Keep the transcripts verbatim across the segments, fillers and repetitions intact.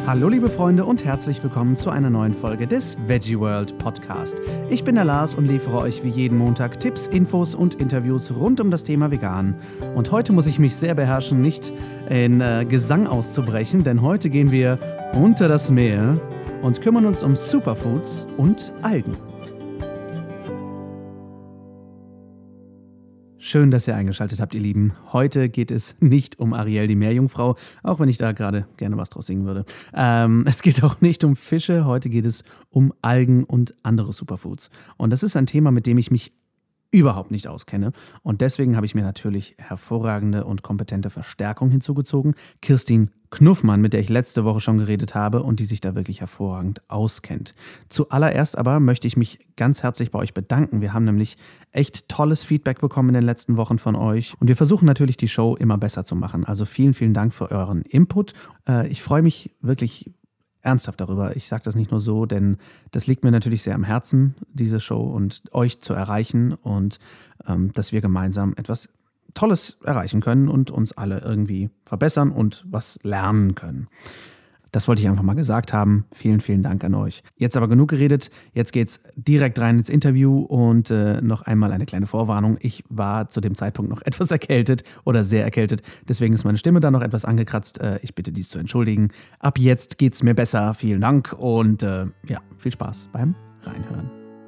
Hallo liebe Freunde und herzlich willkommen zu einer neuen Folge des Veggie World Podcast. Ich bin der Lars und liefere euch wie jeden Montag Tipps, Infos und Interviews rund um das Thema Vegan. Und heute muss ich mich sehr beherrschen, nicht in äh, Gesang auszubrechen, denn heute gehen wir unter das Meer und kümmern uns um Superfoods und Algen. Schön, dass ihr eingeschaltet habt, ihr Lieben. Heute geht es nicht um Ariel, die Meerjungfrau, auch wenn ich da gerade gerne was draus singen würde. Ähm, es geht auch nicht um Fische, heute geht es um Algen und andere Superfoods. Und das ist ein Thema, mit dem ich mich überhaupt nicht auskenne. Und deswegen habe ich mir natürlich hervorragende und kompetente Verstärkung hinzugezogen. Kirstin Knuffmann, mit der ich letzte Woche schon geredet habe und die sich da wirklich hervorragend auskennt. Zuallererst aber möchte ich mich ganz herzlich bei euch bedanken. Wir haben nämlich echt tolles Feedback bekommen in den letzten Wochen von euch. Und wir versuchen natürlich, die Show immer besser zu machen. Also vielen, vielen Dank für euren Input. Äh, ich freue mich wirklich ernsthaft darüber. Ich sage das nicht nur so, denn das liegt mir natürlich sehr am Herzen, diese Show und euch zu erreichen und ähm, dass wir gemeinsam etwas Tolles erreichen können und uns alle irgendwie verbessern und was lernen können. Das wollte ich einfach mal gesagt haben. Vielen, vielen Dank an euch. Jetzt aber genug geredet. Jetzt geht's direkt rein ins Interview und äh, noch einmal eine kleine Vorwarnung. Ich war zu dem Zeitpunkt noch etwas erkältet oder sehr erkältet. Deswegen ist meine Stimme da noch etwas angekratzt. Äh, ich bitte dies zu entschuldigen. Ab jetzt geht's mir besser. Vielen Dank und äh, ja, viel Spaß beim Reinhören.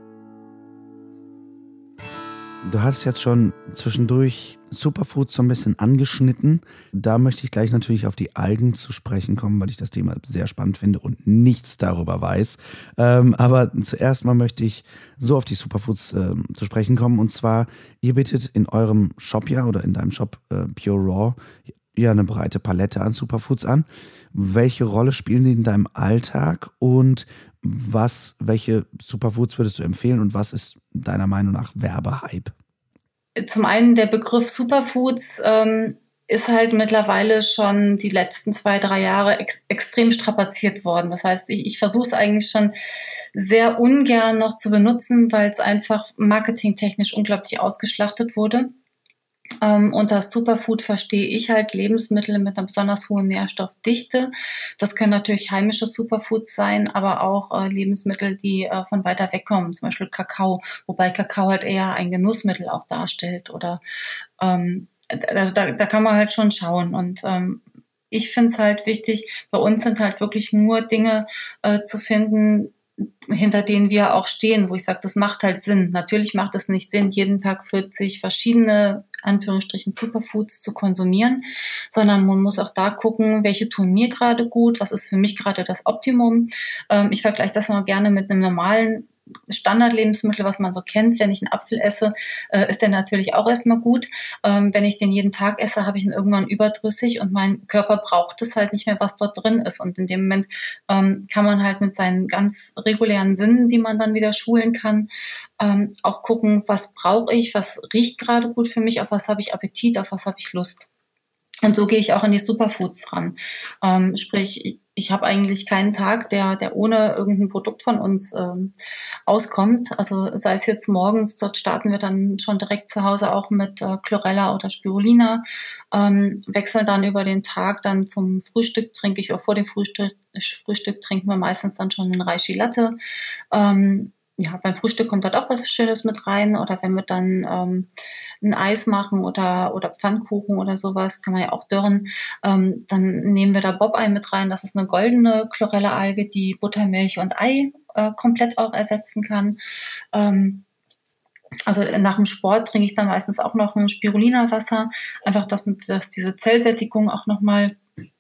Du hast jetzt schon zwischendurch Superfoods so ein bisschen angeschnitten. Da möchte ich gleich natürlich auf die Algen zu sprechen kommen, weil ich das Thema sehr spannend finde und nichts darüber weiß. Ähm, aber zuerst mal möchte ich so auf die Superfoods äh, zu sprechen kommen. Und zwar, ihr bietet in eurem Shop ja oder in deinem Shop äh, Pure Raw ja eine breite Palette an Superfoods an. Welche Rolle spielen die in deinem Alltag und was, welche Superfoods würdest du empfehlen und was ist deiner Meinung nach Werbehype? Zum einen der Begriff Superfoods ähm, ist halt mittlerweile schon die letzten zwei, drei Jahre ex- extrem strapaziert worden. Das heißt, ich, ich versuche es eigentlich schon sehr ungern noch zu benutzen, weil es einfach marketingtechnisch unglaublich ausgeschlachtet wurde. Ähm, unter Superfood verstehe ich halt Lebensmittel mit einer besonders hohen Nährstoffdichte. Das können natürlich heimische Superfoods sein, aber auch äh, Lebensmittel, die äh, von weiter weg kommen, zum Beispiel Kakao, wobei Kakao halt eher ein Genussmittel auch darstellt. Oder ähm, da, da, da kann man halt schon schauen. Und ähm, ich finde es halt wichtig, bei uns sind halt wirklich nur Dinge äh, zu finden, hinter denen wir auch stehen, wo ich sage, das macht halt Sinn. Natürlich macht es nicht Sinn, jeden Tag vierzig verschiedene, Anführungsstrichen, Superfoods zu konsumieren, sondern man muss auch da gucken, welche tun mir gerade gut, was ist für mich gerade das Optimum. Ähm, ich vergleiche das mal gerne mit einem normalen Standardlebensmittel, was man so kennt. Wenn ich einen Apfel esse, äh, ist der natürlich auch erstmal gut. Ähm, wenn ich den jeden Tag esse, habe ich ihn irgendwann überdrüssig und mein Körper braucht es halt nicht mehr, was dort drin ist. Und in dem Moment ähm, kann man halt mit seinen ganz regulären Sinnen, die man dann wieder schulen kann, ähm, auch gucken, was brauche ich, was riecht gerade gut für mich, auf was habe ich Appetit, auf was habe ich Lust. Und so gehe ich auch an die Superfoods ran. Ähm, sprich, ich habe eigentlich keinen Tag, der, der ohne irgendein Produkt von uns ähm, auskommt. Also sei es jetzt morgens, dort starten wir dann schon direkt zu Hause auch mit äh, Chlorella oder Spirulina, ähm, wechseln dann über den Tag dann zum Frühstück, trinke ich, oder vor dem Frühstück, Frühstück trinken wir meistens dann schon einen Reishi Latte. Ähm, ja, beim Frühstück kommt dort auch was Schönes mit rein, oder wenn wir dann ähm, ein Eis machen oder oder Pfannkuchen oder sowas, kann man ja auch dörren, ähm, dann nehmen wir da Bob-Ei mit rein. Das ist eine goldene Chlorella-Alge, die Buttermilch und Ei äh, komplett auch ersetzen kann. Ähm, also nach dem Sport trinke ich dann meistens auch noch ein Spirulina-Wasser, einfach, dass, dass diese Zellsättigung auch nochmal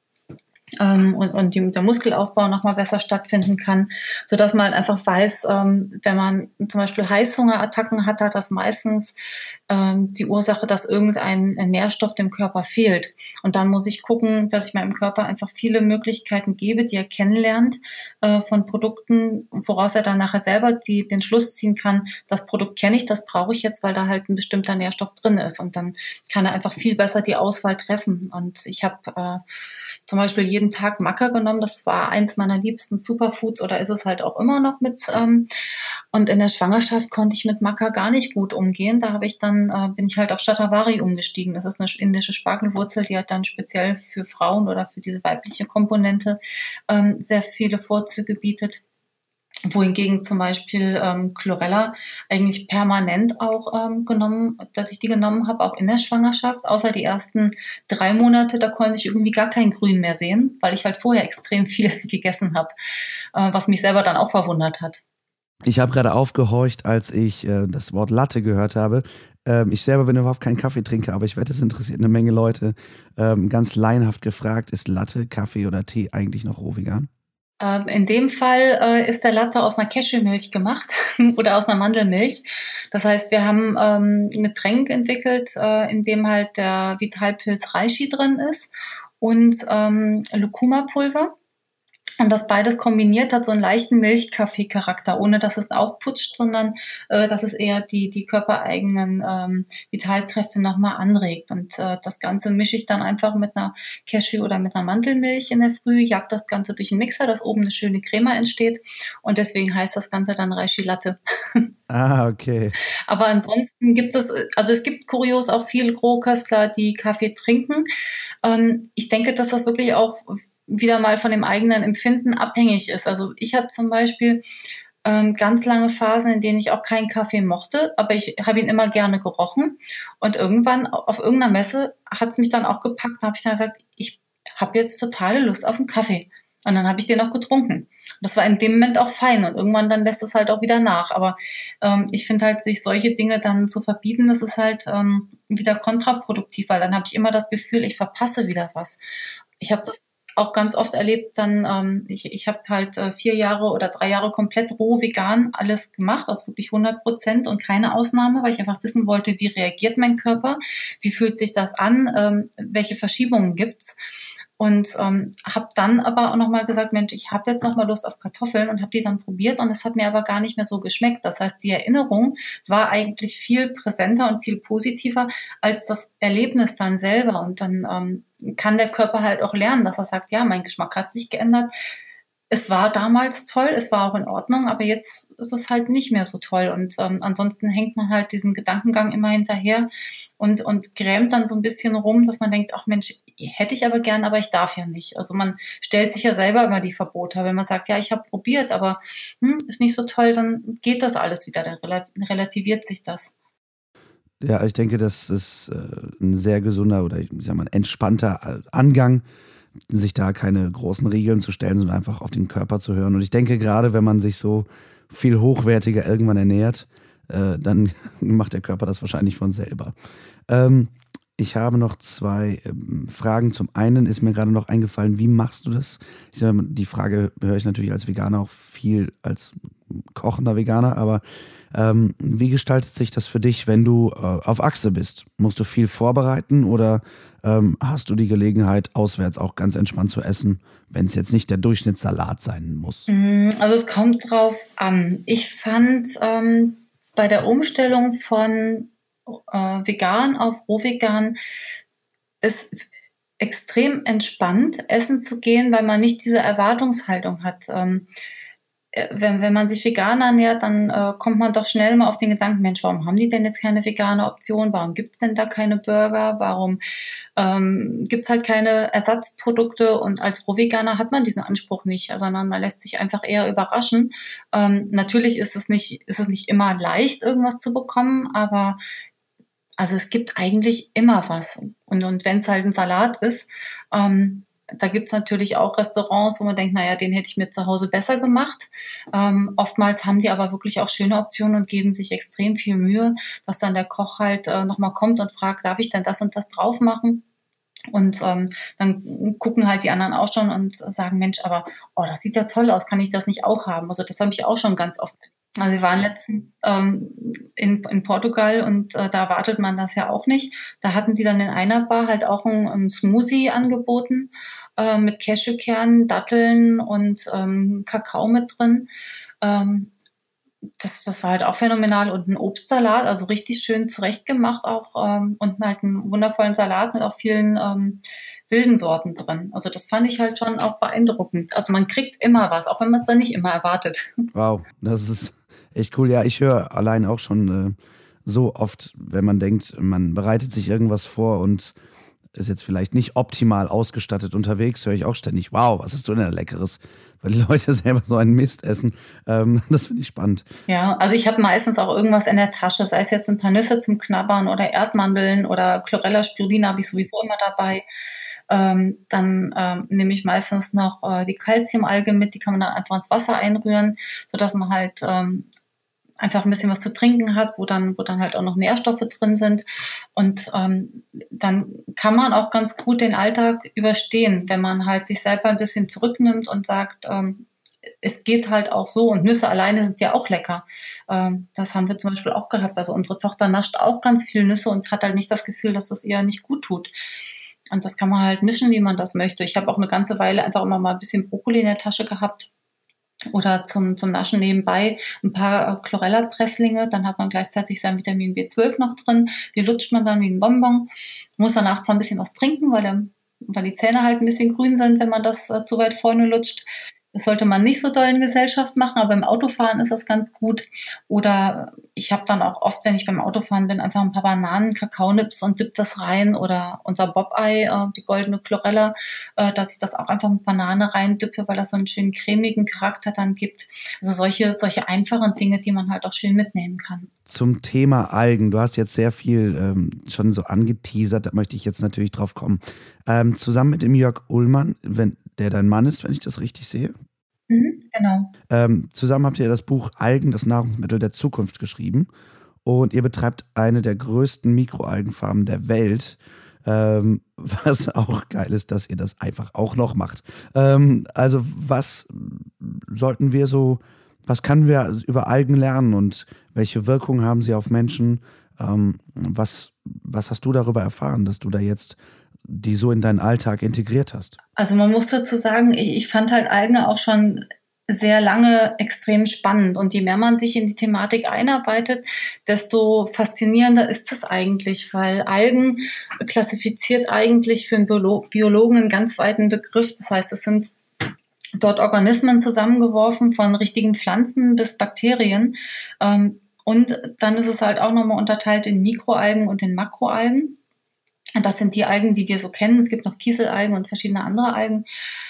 Ähm, und, und die, der Muskelaufbau nochmal besser stattfinden kann, sodass man einfach weiß, ähm, wenn man zum Beispiel Heißhungerattacken hat, hat das meistens ähm, die Ursache, dass irgendein Nährstoff dem Körper fehlt. Und dann muss ich gucken, dass ich meinem Körper einfach viele Möglichkeiten gebe, die er kennenlernt äh, von Produkten, woraus er dann nachher selber die, den Schluss ziehen kann, das Produkt kenne ich, das brauche ich jetzt, weil da halt ein bestimmter Nährstoff drin ist. Und dann kann er einfach viel besser die Auswahl treffen. Und ich habe äh, zum Beispiel jeden Tag Maca genommen. Das war eins meiner liebsten Superfoods oder ist es halt auch immer noch mit. Ähm, und in der Schwangerschaft konnte ich mit Maca gar nicht gut umgehen. Da habe ich dann, äh, bin ich halt auf Shatavari umgestiegen. Das ist eine indische Spargelwurzel, die hat dann speziell für Frauen oder für diese weibliche Komponente ähm, sehr viele Vorzüge bietet. Wohingegen zum Beispiel ähm, Chlorella eigentlich permanent auch ähm, genommen, dass ich die genommen habe, auch in der Schwangerschaft, außer die ersten drei Monate, da konnte ich irgendwie gar kein Grün mehr sehen, weil ich halt vorher extrem viel gegessen habe, äh, was mich selber dann auch verwundert hat. Ich habe gerade aufgehorcht, als ich äh, das Wort Latte gehört habe. Ähm, ich selber bin überhaupt kein Kaffeetrinker, aber ich wette, es interessiert eine Menge Leute. Ähm, ganz laienhaft gefragt, ist Latte, Kaffee oder Tee eigentlich noch roh vegan? In dem Fall äh, ist der Latte aus einer Cashewmilch gemacht oder aus einer Mandelmilch. Das heißt, wir haben ähm, ein Getränk entwickelt, äh, in dem halt der Vitalpilz Reishi drin ist und ähm, Lucuma-Pulver. Und das beides kombiniert hat so einen leichten Milchkaffee-Charakter, ohne dass es aufputscht, sondern äh, dass es eher die die körpereigenen ähm, Vitalkräfte nochmal anregt. Und äh, das Ganze mische ich dann einfach mit einer Cashew- oder mit einer Mandelmilch in der Früh, jag das Ganze durch den Mixer, dass oben eine schöne Crema entsteht. Und deswegen heißt das Ganze dann Reishi Latte. Ah, okay. Aber ansonsten gibt es, also es gibt kurios auch viele Rohköstler, die Kaffee trinken. Ähm, ich denke, dass das wirklich auch wieder mal von dem eigenen Empfinden abhängig ist. Also ich habe zum Beispiel ähm, ganz lange Phasen, in denen ich auch keinen Kaffee mochte, aber ich habe ihn immer gerne gerochen. Und irgendwann auf irgendeiner Messe hat es mich dann auch gepackt. Da habe ich dann gesagt, ich habe jetzt totale Lust auf einen Kaffee. Und dann habe ich den noch getrunken. Das war in dem Moment auch fein und irgendwann dann lässt es halt auch wieder nach. Aber ähm, ich finde halt, sich solche Dinge dann zu verbieten, das ist halt ähm, wieder kontraproduktiv, weil dann habe ich immer das Gefühl, ich verpasse wieder was. Ich habe das auch ganz oft erlebt, dann ähm, ich, ich habe halt äh, vier Jahre oder drei Jahre komplett roh vegan alles gemacht, also wirklich hundert Prozent und keine Ausnahme, weil ich einfach wissen wollte, wie reagiert mein Körper, wie fühlt sich das an, ähm, welche Verschiebungen gibt's. Und ähm, habe dann aber auch nochmal gesagt, Mensch, ich habe jetzt nochmal Lust auf Kartoffeln und habe die dann probiert und es hat mir aber gar nicht mehr so geschmeckt. Das heißt, die Erinnerung war eigentlich viel präsenter und viel positiver als das Erlebnis dann selber. Und dann ähm, kann der Körper halt auch lernen, dass er sagt, ja, mein Geschmack hat sich geändert. Es war damals toll, es war auch in Ordnung, aber jetzt ist es halt nicht mehr so toll. Und ähm, ansonsten hängt man halt diesem Gedankengang immer hinterher und, und grämt dann so ein bisschen rum, dass man denkt, ach Mensch, hätte ich aber gern, aber ich darf ja nicht. Also man stellt sich ja selber immer die Verbote. Wenn man sagt, ja, ich habe probiert, aber hm, ist nicht so toll, dann geht das alles wieder, dann relativiert sich das. Ja, ich denke, das ist äh, ein sehr gesunder oder ich sag mal, ein entspannter Angang, sich da keine großen Regeln zu stellen, sondern einfach auf den Körper zu hören. Und ich denke, gerade wenn man sich so viel hochwertiger irgendwann ernährt, äh, dann macht der Körper das wahrscheinlich von selber. Ähm, ich habe noch zwei ähm, Fragen. Zum einen ist mir gerade noch eingefallen, wie machst du das? Ich sag, die Frage höre ich natürlich als Veganer auch viel als kochender Veganer, aber ähm, wie gestaltet sich das für dich, wenn du äh, auf Achse bist? Musst du viel vorbereiten oder ähm, hast du die Gelegenheit, auswärts auch ganz entspannt zu essen, wenn es jetzt nicht der Durchschnittssalat sein muss? Also es kommt drauf an. Ich fand ähm, bei der Umstellung von äh, vegan auf rohvegan ist extrem entspannt, essen zu gehen, weil man nicht diese Erwartungshaltung hat. Ähm, Wenn, wenn man sich vegan ernährt, dann äh, kommt man doch schnell mal auf den Gedanken, Mensch, warum haben die denn jetzt keine vegane Option? Warum gibt's denn da keine Burger? Warum ähm, gibt's halt keine Ersatzprodukte? Und als Rohveganer hat man diesen Anspruch nicht, sondern man lässt sich einfach eher überraschen. Ähm, natürlich ist es nicht, ist es nicht immer leicht, irgendwas zu bekommen, aber also es gibt eigentlich immer was. Und, und wenn es halt ein Salat ist, ähm, da gibt's natürlich auch Restaurants, wo man denkt, naja, den hätte ich mir zu Hause besser gemacht. Ähm, oftmals haben die aber wirklich auch schöne Optionen und geben sich extrem viel Mühe, dass dann der Koch halt äh, nochmal kommt und fragt, darf ich denn das und das drauf machen? Und ähm, dann gucken halt die anderen auch schon und sagen, Mensch, aber oh, das sieht ja toll aus, kann ich das nicht auch haben? Also das habe ich auch schon ganz oft. Also wir waren letztens ähm, in, in Portugal und äh, da erwartet man das ja auch nicht. Da hatten die dann in einer Bar halt auch ein, ein Smoothie angeboten äh, mit Cashewkernen, Datteln und ähm, Kakao mit drin. Ähm, das, das war halt auch phänomenal. Und ein Obstsalat, also richtig schön zurechtgemacht auch. Ähm, und halt einen wundervollen Salat mit auch vielen ähm, wilden Sorten drin. Also das fand ich halt schon auch beeindruckend. Also man kriegt immer was, auch wenn man es dann nicht immer erwartet. Wow, das ist echt cool. Ja, ich höre allein auch schon äh, so oft, wenn man denkt, man bereitet sich irgendwas vor und ist jetzt vielleicht nicht optimal ausgestattet unterwegs, höre ich auch ständig, wow, was hast du denn da Leckeres? Weil die Leute selber so einen Mist essen. Ähm, das finde ich spannend. Ja, also ich habe meistens auch irgendwas in der Tasche, sei es jetzt ein paar Nüsse zum Knabbern oder Erdmandeln oder Chlorella spirulina habe ich sowieso immer dabei. Ähm, dann ähm, nehme ich meistens noch äh, die Calciumalge mit, die kann man dann einfach ins Wasser einrühren, sodass man halt ähm, einfach ein bisschen was zu trinken hat, wo dann, wo dann halt auch noch Nährstoffe drin sind. Und ähm, dann kann man auch ganz gut den Alltag überstehen, wenn man halt sich selber ein bisschen zurücknimmt und sagt, ähm, es geht halt auch so. Und Nüsse alleine sind ja auch lecker. Ähm, das haben wir zum Beispiel auch gehabt. Also unsere Tochter nascht auch ganz viel Nüsse und hat halt nicht das Gefühl, dass das ihr nicht gut tut. Und das kann man halt mischen, wie man das möchte. Ich habe auch eine ganze Weile einfach immer mal ein bisschen Brokkoli in der Tasche gehabt oder zum, zum Naschen nebenbei ein paar Chlorella-Presslinge. Dann hat man gleichzeitig sein Vitamin B zwölf noch drin. Die lutscht man dann wie ein Bonbon. Muss danach zwar ein bisschen was trinken, weil, der, weil die Zähne halt ein bisschen grün sind, wenn man das äh, zu weit vorne lutscht. Das sollte man nicht so doll in Gesellschaft machen, aber beim Autofahren ist das ganz gut. Oder ich habe dann auch oft, wenn ich beim Autofahren bin, einfach ein paar Bananen, Kakaonips und dipp das rein. Oder unser Bobei, äh, die goldene Chlorella, äh, dass ich das auch einfach mit Banane reindippe, weil das so einen schönen cremigen Charakter dann gibt. Also solche, solche einfachen Dinge, die man halt auch schön mitnehmen kann. Zum Thema Algen, du hast jetzt sehr viel ähm, schon so angeteasert, da möchte ich jetzt natürlich drauf kommen. Ähm, zusammen mit dem Jörg Ullmann, wenn der dein Mann ist, wenn ich das richtig sehe. Mhm, genau. Ähm, zusammen habt ihr das Buch Algen, das Nahrungsmittel der Zukunft geschrieben. Und ihr betreibt eine der größten Mikroalgenfarmen der Welt. Ähm, was auch geil ist, dass ihr das einfach auch noch macht. Ähm, also was sollten wir so, was können wir über Algen lernen und welche Wirkung haben sie auf Menschen? Ähm, was, was hast du darüber erfahren, dass du da jetzt die so in deinen Alltag integriert hast? Also man muss dazu sagen, ich, ich fand halt Algen auch schon sehr lange extrem spannend. Und je mehr man sich in die Thematik einarbeitet, desto faszinierender ist es eigentlich, weil Algen klassifiziert eigentlich für einen Biolo- Biologen einen ganz weiten Begriff. Das heißt, es sind dort Organismen zusammengeworfen, von richtigen Pflanzen bis Bakterien. Ähm, und dann ist es halt auch nochmal unterteilt in Mikroalgen und in Makroalgen. Das sind die Algen, die wir so kennen. Es gibt noch Kieselalgen und verschiedene andere Algen.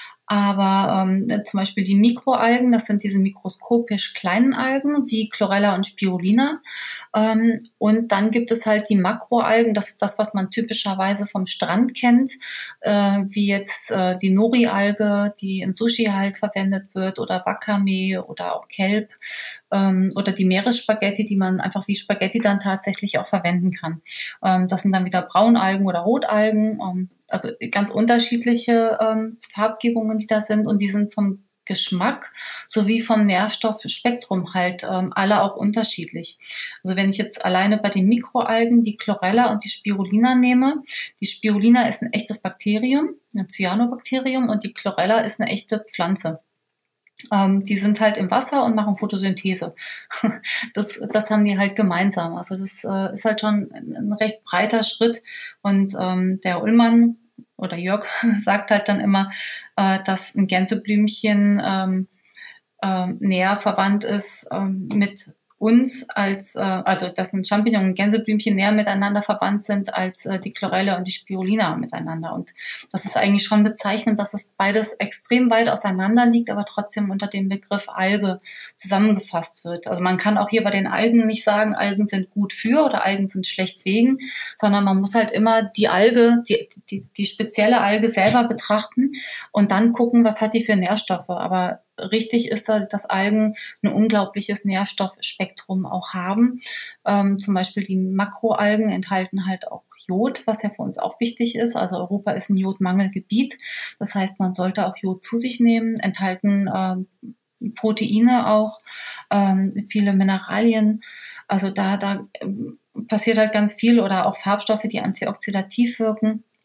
Aber ähm, zum Beispiel die Mikroalgen, das sind diese mikroskopisch kleinen Algen wie Chlorella und Spirulina. Ähm, und dann gibt es halt die Makroalgen, das ist das, was man typischerweise vom Strand kennt, äh, wie jetzt äh, die Nori-Alge, die im Sushi halt verwendet wird, oder Wakame oder auch Kelp, ähm, oder die Meeresspaghetti, die man einfach wie Spaghetti dann tatsächlich auch verwenden kann. Ähm, das sind dann wieder Braunalgen oder Rotalgen. Ähm, also ganz unterschiedliche ähm, Farbgebungen, die da sind, und die sind vom Geschmack sowie vom Nährstoffspektrum halt ähm, alle auch unterschiedlich. Also wenn ich jetzt alleine bei den Mikroalgen die Chlorella und die Spirulina nehme, die Spirulina ist ein echtes Bakterium, ein Cyanobakterium, und die Chlorella ist eine echte Pflanze. Ähm, die sind halt im Wasser und machen Photosynthese. Das, das haben die halt gemeinsam. Also das äh, ist halt schon ein recht breiter Schritt. Und ähm, der Ullmann oder Jörg sagt halt dann immer, äh, dass ein Gänseblümchen ähm, äh, näher verwandt ist ähm, mit uns, als, äh, also dass ein Champignon und Gänseblümchen näher miteinander verwandt sind als äh, die Chlorella und die Spirulina miteinander. Und das ist eigentlich schon bezeichnend, dass es beides extrem weit auseinander liegt, aber trotzdem unter dem Begriff Alge zusammengefasst wird. Also man kann auch hier bei den Algen nicht sagen, Algen sind gut für oder Algen sind schlecht wegen, sondern man muss halt immer die Alge, die, die, die spezielle Alge selber betrachten und dann gucken, was hat die für Nährstoffe. Aber richtig ist da, dass Algen ein unglaubliches Nährstoffspektrum auch haben. Ähm, zum Beispiel die Makroalgen enthalten halt auch Jod, was ja für uns auch wichtig ist. Also Europa ist ein Jodmangelgebiet. Das heißt, man sollte auch Jod zu sich nehmen, enthalten ähm, Proteine auch, ähm, viele Mineralien. Also da, da passiert halt ganz viel, oder auch Farbstoffe, die antioxidativ wirken.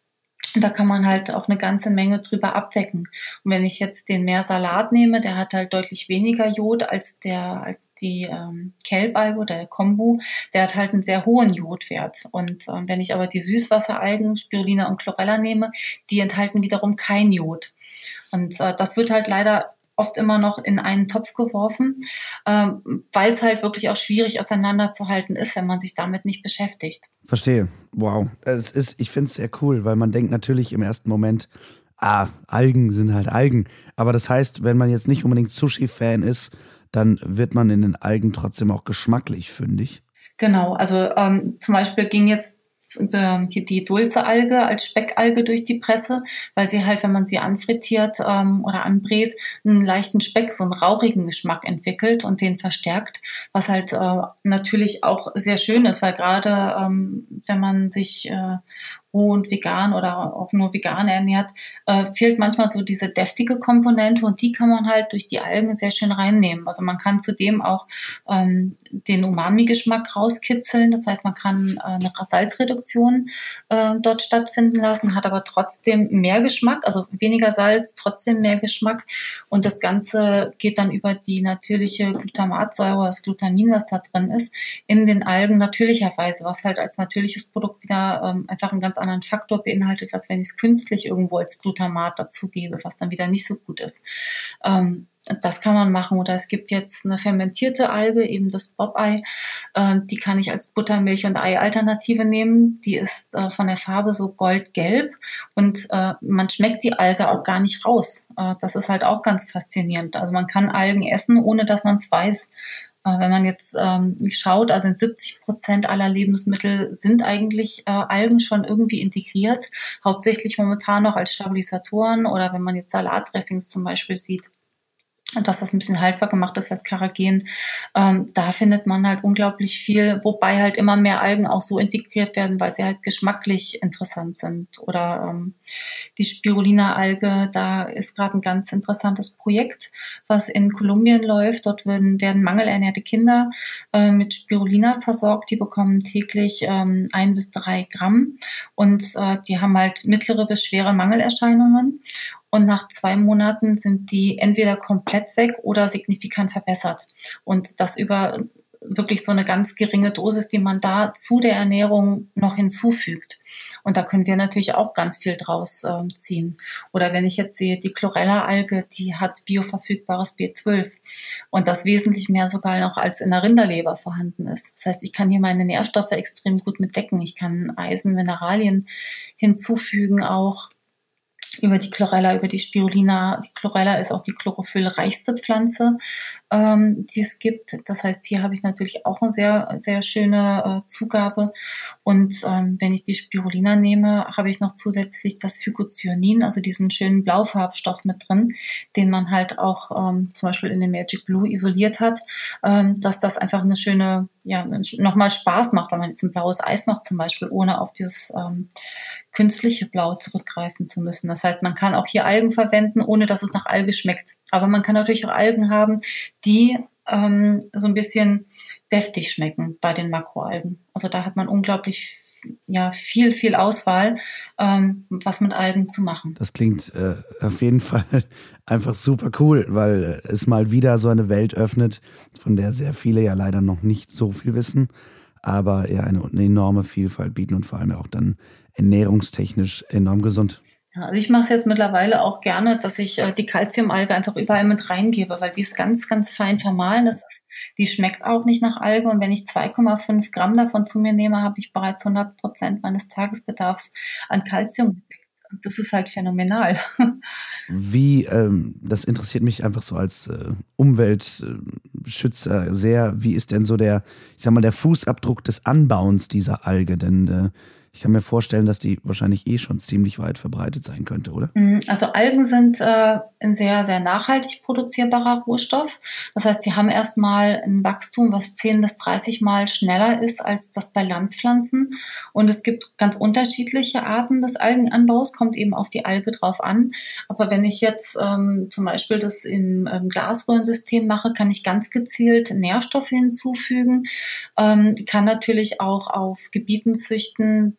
Da kann man halt auch eine ganze Menge drüber abdecken. Und wenn ich jetzt den Meersalat nehme, der hat halt deutlich weniger Jod als der als die ähm, Kelbalge oder der Kombu. Der hat halt einen sehr hohen Jodwert. Und ähm, wenn ich aber die Süßwasseralgen, Spirulina und Chlorella nehme, die enthalten wiederum kein Jod. Und äh, das wird halt leider oft immer noch in einen Topf geworfen, ähm, weil es halt wirklich auch schwierig auseinanderzuhalten ist, wenn man sich damit nicht beschäftigt. Verstehe. Wow. Es ist, ich finde es sehr cool, weil man denkt natürlich im ersten Moment, ah, Algen sind halt Algen. Aber das heißt, wenn man jetzt nicht unbedingt Sushi-Fan ist, dann wird man in den Algen trotzdem auch geschmacklich fündig. Genau, also ähm, zum Beispiel ging jetzt die, die Dulce-Alge als Speckalge durch die Presse, weil sie halt, wenn man sie anfrittiert ähm, oder anbrät, einen leichten Speck, so einen rauchigen Geschmack entwickelt und den verstärkt, was halt äh, natürlich auch sehr schön ist, weil gerade ähm, wenn man sich äh, roh und vegan oder auch nur vegan ernährt, äh, fehlt manchmal so diese deftige Komponente und die kann man halt durch die Algen sehr schön reinnehmen. Also man kann zudem auch ähm, den Umami-Geschmack rauskitzeln, das heißt, man kann äh, eine Salzreduktion äh, dort stattfinden lassen, hat aber trotzdem mehr Geschmack, also weniger Salz, trotzdem mehr Geschmack und das Ganze geht dann über die natürliche Glutamatsäure, das Glutamin, das da drin ist, in den Algen natürlicherweise, was halt als natürliches Produkt wieder ähm, einfach einen ganz anderen Faktor beinhaltet, als wenn ich es künstlich irgendwo als Glutamat dazugebe, was dann wieder nicht so gut ist. Ähm, das kann man machen. Oder es gibt jetzt eine fermentierte Alge, eben das Bobei. Äh, die kann ich als Buttermilch- und Ei-Alternative nehmen. Die ist äh, von der Farbe so goldgelb und äh, man schmeckt die Alge auch gar nicht raus. Äh, das ist halt auch ganz faszinierend. Also man kann Algen essen, ohne dass man es weiß. Wenn man jetzt ähm, schaut, also in siebzig Prozent aller Lebensmittel sind eigentlich äh, Algen schon irgendwie integriert, hauptsächlich momentan noch als Stabilisatoren oder wenn man jetzt Salatdressings zum Beispiel sieht, dass das ein bisschen haltbar gemacht ist als Keragen. Ähm, da findet man halt unglaublich viel, wobei halt immer mehr Algen auch so integriert werden, weil sie halt geschmacklich interessant sind. Oder ähm, die Spirulina-Alge, da ist gerade ein ganz interessantes Projekt, was in Kolumbien läuft. Dort werden, werden mangelernährte Kinder äh, mit Spirulina versorgt. Die bekommen täglich ähm, ein bis drei Gramm und äh, die haben halt mittlere bis schwere Mangelerscheinungen. Und nach zwei Monaten sind die entweder komplett weg oder signifikant verbessert. Und das über wirklich so eine ganz geringe Dosis, die man da zu der Ernährung noch hinzufügt. Und da können wir natürlich auch ganz viel draus äh, ziehen. Oder wenn ich jetzt sehe, die Chlorella-Alge, die hat bioverfügbares B zwölf. Und das wesentlich mehr sogar noch als in der Rinderleber vorhanden ist. Das heißt, ich kann hier meine Nährstoffe extrem gut mit decken. Ich kann Eisen, Mineralien hinzufügen auch. Über die Chlorella, über die Spirulina. Die Chlorella ist auch die chlorophyllreichste Pflanze, ähm, die es gibt. Das heißt, hier habe ich natürlich auch eine sehr, sehr schöne äh, Zugabe. Und ähm, wenn ich die Spirulina nehme, habe ich noch zusätzlich das Phycocyanin, also diesen schönen Blaufarbstoff mit drin, den man halt auch ähm, zum Beispiel in dem Magic Blue isoliert hat, ähm, dass das einfach eine schöne, ja, nochmal Spaß macht, wenn man jetzt ein blaues Eis macht zum Beispiel, ohne auf dieses ähm, künstliche Blau zurückgreifen zu müssen. Das heißt, man kann auch hier Algen verwenden, ohne dass es nach Alge schmeckt. Aber man kann natürlich auch Algen haben, die ähm, so ein bisschen deftig schmecken bei den Makroalgen. Also da hat man unglaublich ja viel, viel Auswahl, ähm, was mit Algen zu machen. Das klingt äh, auf jeden Fall einfach super cool, weil es mal wieder so eine Welt öffnet, von der sehr viele ja leider noch nicht so viel wissen, aber ja eine, eine enorme Vielfalt bieten und vor allem auch dann ernährungstechnisch enorm gesund. Also ich mache es jetzt mittlerweile auch gerne, dass ich äh, die Calciumalge einfach überall mit reingebe, weil die ist ganz, ganz fein vermahlen. Das ist, die schmeckt auch nicht nach Alge. Und wenn ich zwei Komma fünf Gramm davon zu mir nehme, habe ich bereits hundert Prozent meines Tagesbedarfs an Calcium gedeckt. Und das ist halt phänomenal. Wie, ähm, das interessiert mich einfach so als äh, Umweltschützer sehr. Wie ist denn so der, ich sag mal, der Fußabdruck des Anbauens dieser Alge? Denn äh, ich kann mir vorstellen, dass die wahrscheinlich eh schon ziemlich weit verbreitet sein könnte, oder? Also Algen sind äh, ein sehr, sehr nachhaltig produzierbarer Rohstoff. Das heißt, die haben erstmal ein Wachstum, was zehn bis dreißig Mal schneller ist als das bei Landpflanzen. Und es gibt ganz unterschiedliche Arten des Algenanbaus, kommt eben auf die Alge drauf an. Aber wenn ich jetzt ähm, zum Beispiel das im ähm, Glasröhrensystem mache, kann ich ganz gezielt Nährstoffe hinzufügen, ähm, kann natürlich auch auf Gebieten züchten, die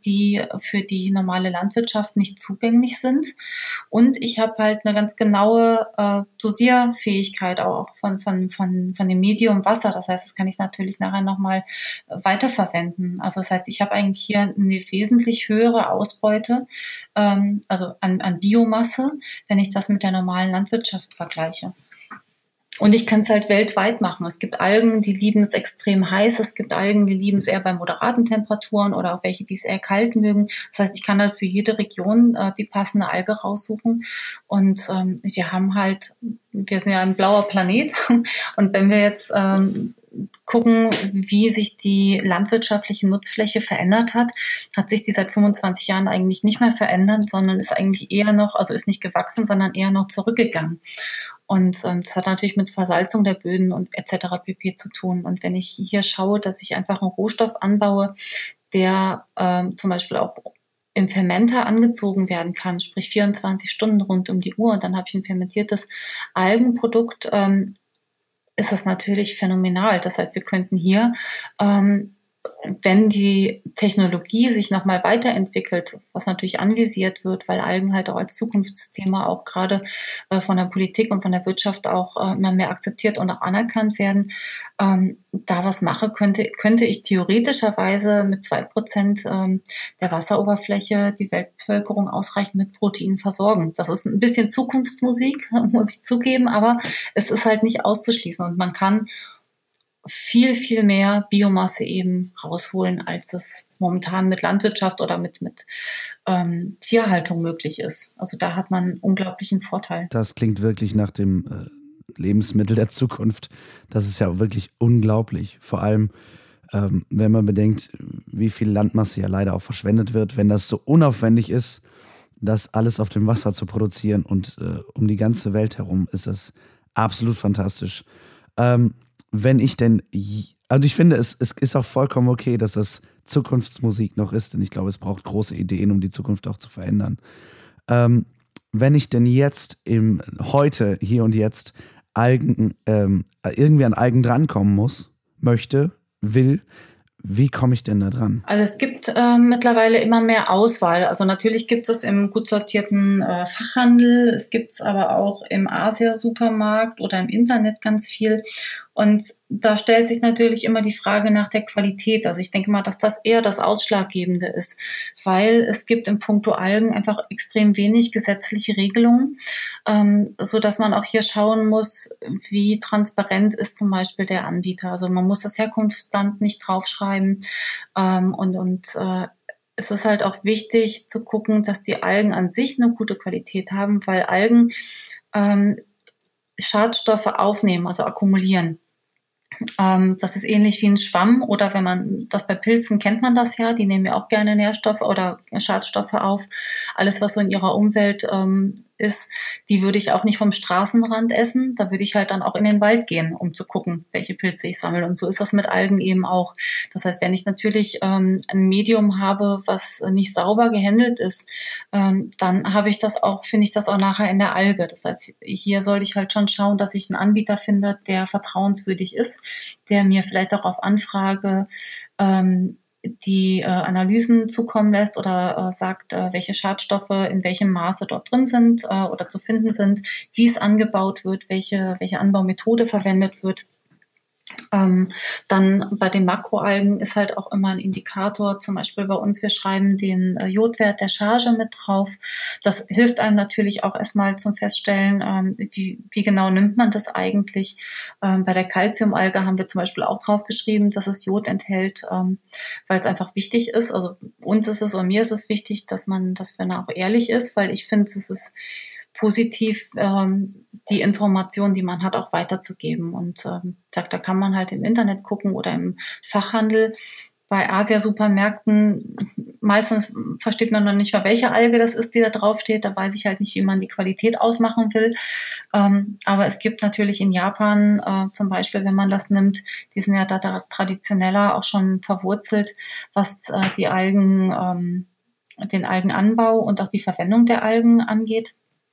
die für die normale Landwirtschaft nicht zugänglich sind. Und ich habe halt eine ganz genaue äh, Dosierfähigkeit auch von, von, von, von dem Medium Wasser. Das heißt, das kann ich natürlich nachher nochmal weiterverwenden. Also das heißt, ich habe eigentlich hier eine wesentlich höhere Ausbeute, ähm, also an, an Biomasse, wenn ich das mit der normalen Landwirtschaft vergleiche. Und ich kann es halt weltweit machen. Es gibt Algen, die lieben es extrem heiß. Es gibt Algen, die lieben es eher bei moderaten Temperaturen oder auch welche, die es eher kalt mögen. Das heißt, ich kann halt für jede Region äh, die passende Alge raussuchen. Und ähm, wir haben halt, wir sind ja ein blauer Planet. Und wenn wir jetzt ähm, gucken, wie sich die landwirtschaftliche Nutzfläche verändert hat, hat sich die seit fünfundzwanzig Jahren eigentlich nicht mehr verändert, sondern ist eigentlich eher noch, also ist nicht gewachsen, sondern eher noch zurückgegangen. Und ähm, das hat natürlich mit Versalzung der Böden und et cetera pp. Zu tun. Und wenn ich hier schaue, dass ich einfach einen Rohstoff anbaue, der ähm, zum Beispiel auch im Fermenter angezogen werden kann, sprich vierundzwanzig Stunden rund um die Uhr, und dann habe ich ein fermentiertes Algenprodukt, ähm, ist das natürlich phänomenal. Das heißt, wir könnten hier, ähm, wenn die Technologie sich nochmal weiterentwickelt, was natürlich anvisiert wird, weil Algen halt auch als Zukunftsthema auch gerade äh, von der Politik und von der Wirtschaft auch äh, immer mehr akzeptiert und auch anerkannt werden, ähm, da was mache, könnte, könnte ich theoretischerweise mit zwei Prozent ähm, der Wasseroberfläche die Weltbevölkerung ausreichend mit Protein versorgen. Das ist ein bisschen Zukunftsmusik, muss ich zugeben, aber es ist halt nicht auszuschließen und man kann viel, viel mehr Biomasse eben rausholen, als es momentan mit Landwirtschaft oder mit, mit ähm, Tierhaltung möglich ist. Also da hat man einen unglaublichen Vorteil. Das klingt wirklich nach dem äh, Lebensmittel der Zukunft. Das ist ja wirklich unglaublich. Vor allem, ähm, wenn man bedenkt, wie viel Landmasse ja leider auch verschwendet wird, wenn das so unaufwendig ist, das alles auf dem Wasser zu produzieren und äh, um die ganze Welt herum ist das absolut fantastisch. Ähm, Wenn ich denn, also ich finde, es, es ist auch vollkommen okay, dass das Zukunftsmusik noch ist, denn ich glaube, es braucht große Ideen, um die Zukunft auch zu verändern. Ähm, wenn ich denn jetzt im heute, hier und jetzt Algen, ähm, irgendwie an Algen drankommen muss, möchte, will, wie komme ich denn da dran? Also es gibt äh, mittlerweile immer mehr Auswahl. Also natürlich gibt es im gut sortierten äh, Fachhandel, es gibt es aber auch im Asia-Supermarkt oder im Internet ganz viel. Und da stellt sich natürlich immer die Frage nach der Qualität. Also ich denke mal, dass das eher das Ausschlaggebende ist, weil es gibt im Puncto Algen einfach extrem wenig gesetzliche Regelungen, ähm, so dass man auch hier schauen muss, wie transparent ist zum Beispiel der Anbieter. Also man muss das Herkunftsland nicht draufschreiben ähm, und und äh, es ist halt auch wichtig zu gucken, dass die Algen an sich eine gute Qualität haben, weil Algen ähm, Schadstoffe aufnehmen, also akkumulieren. Ähm, das ist ähnlich wie ein Schwamm oder wenn man das bei Pilzen kennt man das ja, die nehmen ja auch gerne Nährstoffe oder Schadstoffe auf. Alles, was so in ihrer Umwelt ähm, ist, die würde ich auch nicht vom Straßenrand essen. Da würde ich halt dann auch in den Wald gehen, um zu gucken, welche Pilze ich sammle. Und so ist das mit Algen eben auch. Das heißt, wenn ich natürlich ähm, ein Medium habe, was nicht sauber gehandelt ist, ähm, dann habe ich das auch, finde ich das auch nachher in der Alge. Das heißt, hier sollte ich halt schon schauen, dass ich einen Anbieter finde, der vertrauenswürdig ist, der mir vielleicht auch auf Anfrage ähm, die äh, Analysen zukommen lässt oder äh, sagt, äh, welche Schadstoffe in welchem Maße dort drin sind äh, oder zu finden sind, wie es angebaut wird, welche, welche Anbaumethode verwendet wird. Ähm, dann bei den Makroalgen ist halt auch immer ein Indikator, zum Beispiel bei uns, wir schreiben den äh, Jodwert der Charge mit drauf. Das hilft einem natürlich auch erstmal zum Feststellen, ähm, wie, wie genau nimmt man das eigentlich. Ähm, bei der Calciumalge haben wir zum Beispiel auch drauf geschrieben, dass es Jod enthält, ähm, weil es einfach wichtig ist. Also uns ist es und mir ist es wichtig, dass man, dass man auch ehrlich ist, weil ich finde, es ist positiv, ähm, die Informationen, die man hat, auch weiterzugeben. Und ähm, sagt, da kann man halt im Internet gucken oder im Fachhandel. Bei Asia-Supermärkten meistens versteht man noch nicht mal, welche Alge das ist, die da draufsteht. Da weiß ich halt nicht, wie man die Qualität ausmachen will. Ähm, aber es gibt natürlich in Japan äh, zum Beispiel, wenn man das nimmt, die sind ja da, da traditioneller auch schon verwurzelt, was äh, die Algen, ähm, den Algenanbau und auch die Verwendung der Algen angeht.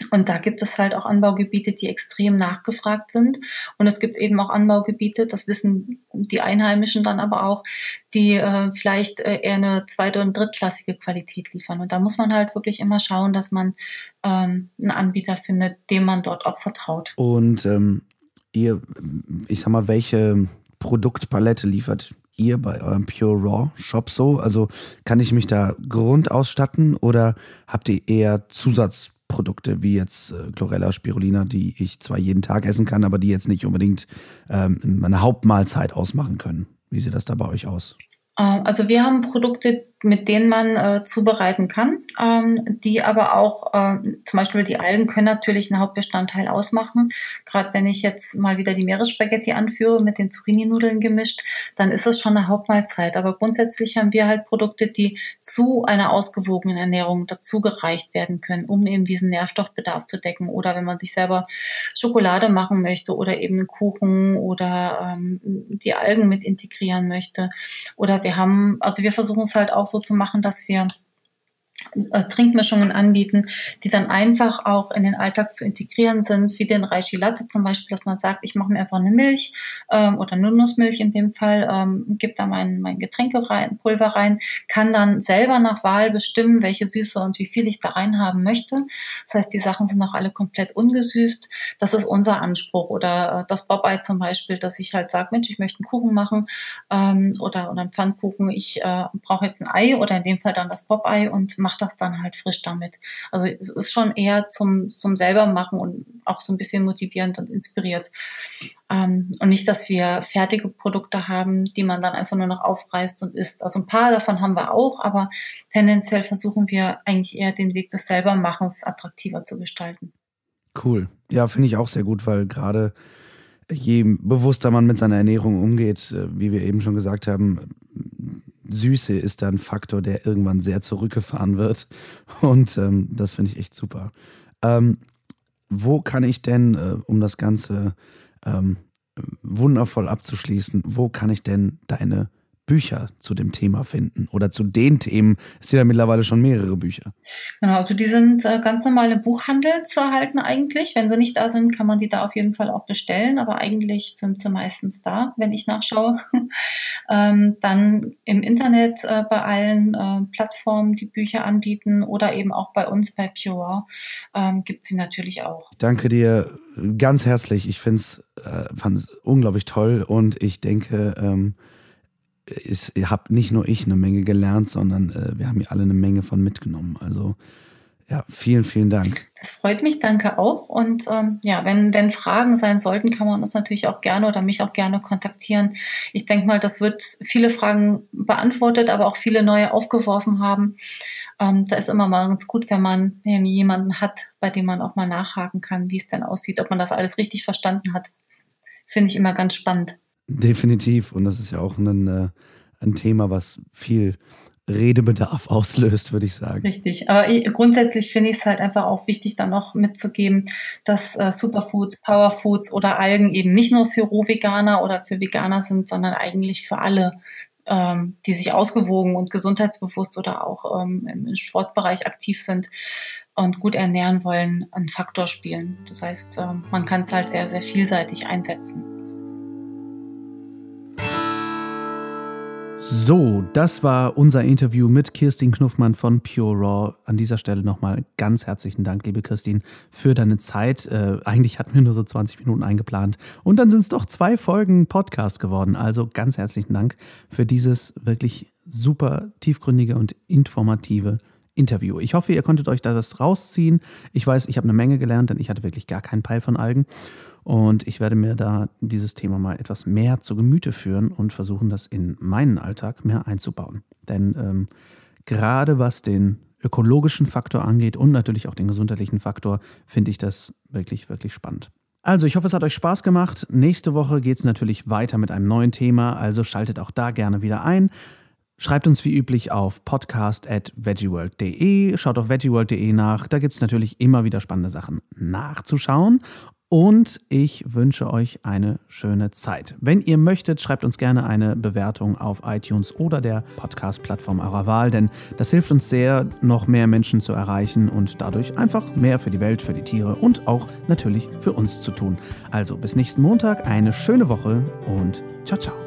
Und da gibt es halt auch Anbaugebiete, die extrem nachgefragt sind. Und es gibt eben auch Anbaugebiete, das wissen die Einheimischen dann aber auch, die äh, vielleicht äh, eher eine zweite- und drittklassige Qualität liefern. Und da muss man halt wirklich immer schauen, dass man ähm, einen Anbieter findet, dem man dort auch vertraut. Und ähm, ihr, ich sag mal, welche Produktpalette liefert ihr bei eurem Pure Raw Shop so? Also kann ich mich da grundausstatten oder habt ihr eher Zusatzprodukte wie jetzt äh, Chlorella, Spirulina, die ich zwar jeden Tag essen kann, aber die jetzt nicht unbedingt ähm, meine Hauptmahlzeit ausmachen können? Wie sieht das da bei euch aus? Also wir haben Produkte, mit denen man äh, zubereiten kann, ähm, die aber auch, äh, zum Beispiel die Algen können natürlich einen Hauptbestandteil ausmachen. Gerade wenn ich jetzt mal wieder die Meeresspaghetti anführe, mit den Zucchini-Nudeln gemischt, dann ist es schon eine Hauptmahlzeit. Aber grundsätzlich haben wir halt Produkte, die zu einer ausgewogenen Ernährung dazugereicht werden können, um eben diesen Nährstoffbedarf zu decken. Oder wenn man sich selber Schokolade machen möchte oder eben einen Kuchen oder ähm, die Algen mit integrieren möchte. Oder wir haben, also wir versuchen es halt auch so zu machen, dass wir äh, Trinkmischungen anbieten, die dann einfach auch in den Alltag zu integrieren sind, wie den Reishi Latte zum Beispiel, dass man sagt, ich mache mir einfach eine Milch ähm, oder eine Nussmilch in dem Fall, ähm, gebe da mein, mein Getränke rein, Pulver rein, kann dann selber nach Wahl bestimmen, welche Süße und wie viel ich da rein haben möchte. Das heißt, die Sachen sind auch alle komplett ungesüßt. Das ist unser Anspruch. Oder äh, das Popeye zum Beispiel, dass ich halt sage, Mensch, ich möchte einen Kuchen machen ähm, oder, oder einen Pfannkuchen, ich äh, brauche jetzt ein Ei oder in dem Fall dann das Popeye und mache das dann halt frisch damit. Also es ist schon eher zum, zum selber machen und auch so ein bisschen motivierend und inspiriert. Ähm, und nicht, dass wir fertige Produkte haben, die man dann einfach nur noch aufreißt und isst. Also ein paar davon haben wir auch, aber tendenziell versuchen wir eigentlich eher den Weg des Selbermachens attraktiver zu gestalten. Cool. Ja, finde ich auch sehr gut, weil gerade je bewusster man mit seiner Ernährung umgeht, wie wir eben schon gesagt haben, Süße ist da ein Faktor, der irgendwann sehr zurückgefahren wird. Und ähm, das finde ich echt super. Ähm, wo kann ich denn, äh, um das Ganze ähm, wundervoll abzuschließen, wo kann ich denn deine Bücher zu dem Thema finden? Oder zu den Themen? Es sind ja mittlerweile schon mehrere Bücher. Genau, also die sind äh, ganz normal im Buchhandel zu erhalten eigentlich. Wenn sie nicht da sind, kann man die da auf jeden Fall auch bestellen. Aber eigentlich sind sie meistens da, wenn ich nachschaue. ähm, dann im Internet äh, bei allen äh, Plattformen, die Bücher anbieten oder eben auch bei uns bei Pure ähm, gibt es sie natürlich auch. Danke dir ganz herzlich. Ich finde es äh, fand es unglaublich toll und ich denke, ähm, Ist, habe nicht nur ich eine Menge gelernt, sondern äh, wir haben hier alle eine Menge von mitgenommen. Also ja, vielen, vielen Dank. Das freut mich, danke auch. Und ähm, ja, wenn, wenn Fragen sein sollten, kann man uns natürlich auch gerne oder mich auch gerne kontaktieren. Ich denke mal, das wird viele Fragen beantwortet, aber auch viele neue aufgeworfen haben. Ähm, da ist immer mal ganz gut, wenn man jemanden hat, bei dem man auch mal nachhaken kann, wie es denn aussieht, ob man das alles richtig verstanden hat. Finde ich immer ganz spannend. Definitiv. Und das ist ja auch ein, äh, ein Thema, was viel Redebedarf auslöst, würde ich sagen. Richtig. Aber ich, grundsätzlich finde ich es halt einfach auch wichtig, dann noch mitzugeben, dass äh, Superfoods, Powerfoods oder Algen eben nicht nur für Rohveganer oder für Veganer sind, sondern eigentlich für alle, ähm, die sich ausgewogen und gesundheitsbewusst oder auch ähm, im Sportbereich aktiv sind und gut ernähren wollen, einen Faktor spielen. Das heißt, äh, man kann es halt sehr, sehr vielseitig einsetzen. So, das war unser Interview mit Kirstin Knuffmann von Pure Raw. An dieser Stelle nochmal ganz herzlichen Dank, liebe Kirstin, für deine Zeit. Äh, eigentlich hatten wir nur so zwanzig Minuten eingeplant und dann sind es doch zwei Folgen Podcast geworden. Also ganz herzlichen Dank für dieses wirklich super tiefgründige und informative Interview. Ich hoffe, ihr konntet euch da was rausziehen. Ich weiß, ich habe eine Menge gelernt, denn ich hatte wirklich gar keinen Peil von Algen. Und ich werde mir da dieses Thema mal etwas mehr zu Gemüte führen und versuchen, das in meinen Alltag mehr einzubauen. Denn ähm, gerade was den ökologischen Faktor angeht und natürlich auch den gesundheitlichen Faktor, finde ich das wirklich, wirklich spannend. Also ich hoffe, es hat euch Spaß gemacht. Nächste Woche geht es natürlich weiter mit einem neuen Thema, also schaltet auch da gerne wieder ein. Schreibt uns wie üblich auf podcast at veggieworld punkt de, schaut auf veggieworld punkt de nach, da gibt es natürlich immer wieder spannende Sachen nachzuschauen. und ich wünsche euch eine schöne Zeit. Wenn ihr möchtet, schreibt uns gerne eine Bewertung auf iTunes oder der Podcast-Plattform eurer Wahl, denn das hilft uns sehr, noch mehr Menschen zu erreichen und dadurch einfach mehr für die Welt, für die Tiere und auch natürlich für uns zu tun. Also bis nächsten Montag, eine schöne Woche und ciao, ciao.